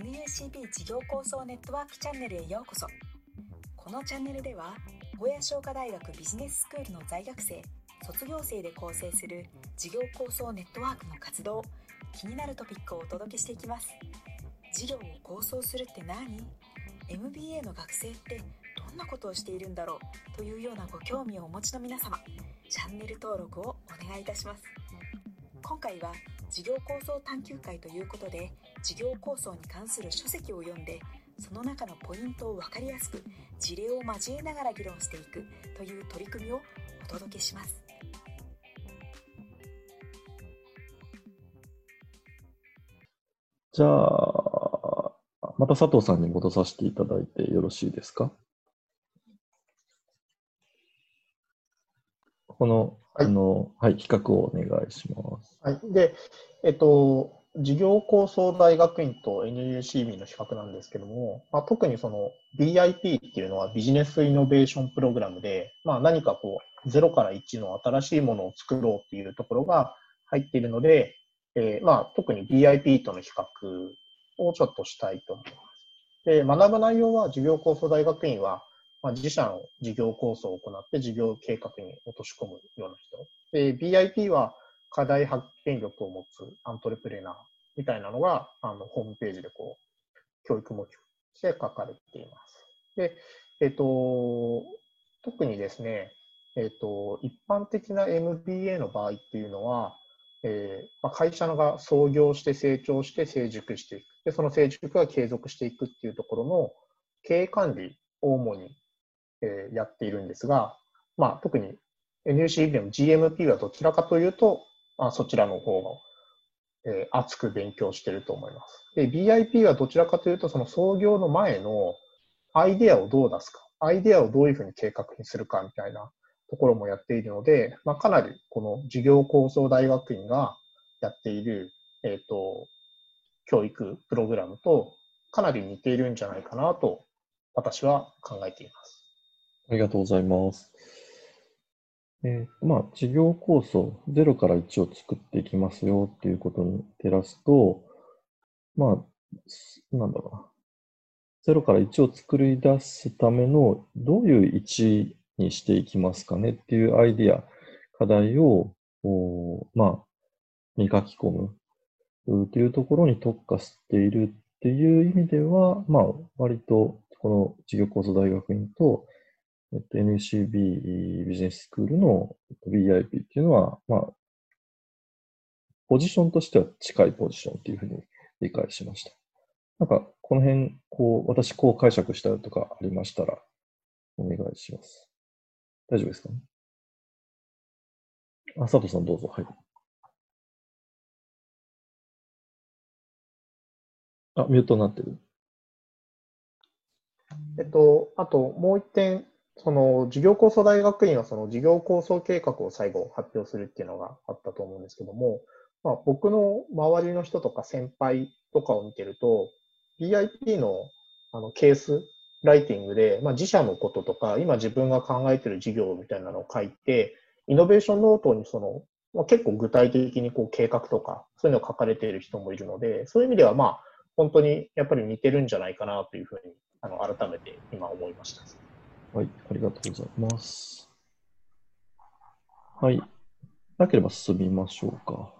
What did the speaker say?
NUCB 事業構想ネットワークチャンネルへようこそ。このチャンネルでは名古屋商科大学ビジネススクールの在学生、卒業生で構成する事業構想ネットワークの活動、気になるトピックをお届けしていきます。事業を構想するって何？ MBA の学生ってどんなことをしているんだろうというようなご興味をお持ちの皆様、チャンネル登録をお願いいたします。今回は事業構想探究会ということで、事業構想に関する書籍を読んで、その中のポイントを分かりやすく事例を交えながら議論していくという取り組みをお届けします。 じゃあ、また佐藤さんに戻させていただいてよろしいですか？この、比較をお願いします。 はい。で、事業構想大学院と NUCB の比較なんですけども、特にその BIP っていうのはビジネスイノベーションプログラムで、何か0から1の新しいものを作ろうっていうところが入っているので、特に BIP との比較をちょっとしたいと思います。で、学ぶ内容は事業構想大学院は、自社の事業構想を行って事業計画に落とし込むような人。で、BIP は課題発見力を持つアントレプレナーみたいなのがホームページで教育目標として書かれています。で、特にですね、一般的な MBA の場合っていうのは、会社が創業して成長して成熟していく。で、その成熟が継続していくっていうところの経営管理を主にやっているんですが、特に NUCB でも GMP はどちらかというと、そちらの方が、熱く勉強していると思います。で、BIP はどちらかというと、その創業の前のアイデアをどう出すか、アイデアをどういうふうに計画にするかみたいなところもやっているので、かなりこの事業構想大学院がやっている、教育プログラムとかなり似ているんじゃないかなと私は考えています。 ありがとうございます。事業構想0から1を作っていきますよっていうことに照らすと、0から1を作り出すためのどういう1にしていきますかねっていうアイディア、課題を、に書き込むというところに特化しているっていう意味では、割とこの事業構想大学院とNUCB ビジネススクールの BIP っていうのは、ポジションとしては近いポジションっていうふうに理解しました。この辺、私解釈したよとかありましたら、お願いします。大丈夫ですかね？佐藤さんどうぞ。はい。ミュートになってる。 あともう一点、その事業構想大学院はその事業構想計画を最後発表するっていうのがあったと思うんですけども、僕の周りの人とか先輩とかを見てると、BIP のケースライティングで、自社のこととか、今自分が考えている事業みたいなのを書いて、イノベーションノートに結構具体的に計画とか、そういうのを書かれている人もいるので、そういう意味では本当にやっぱり似てるんじゃないかなというふうに改めて今思いました。 はい、ありがとうございます。はい。なければ進みましょうか。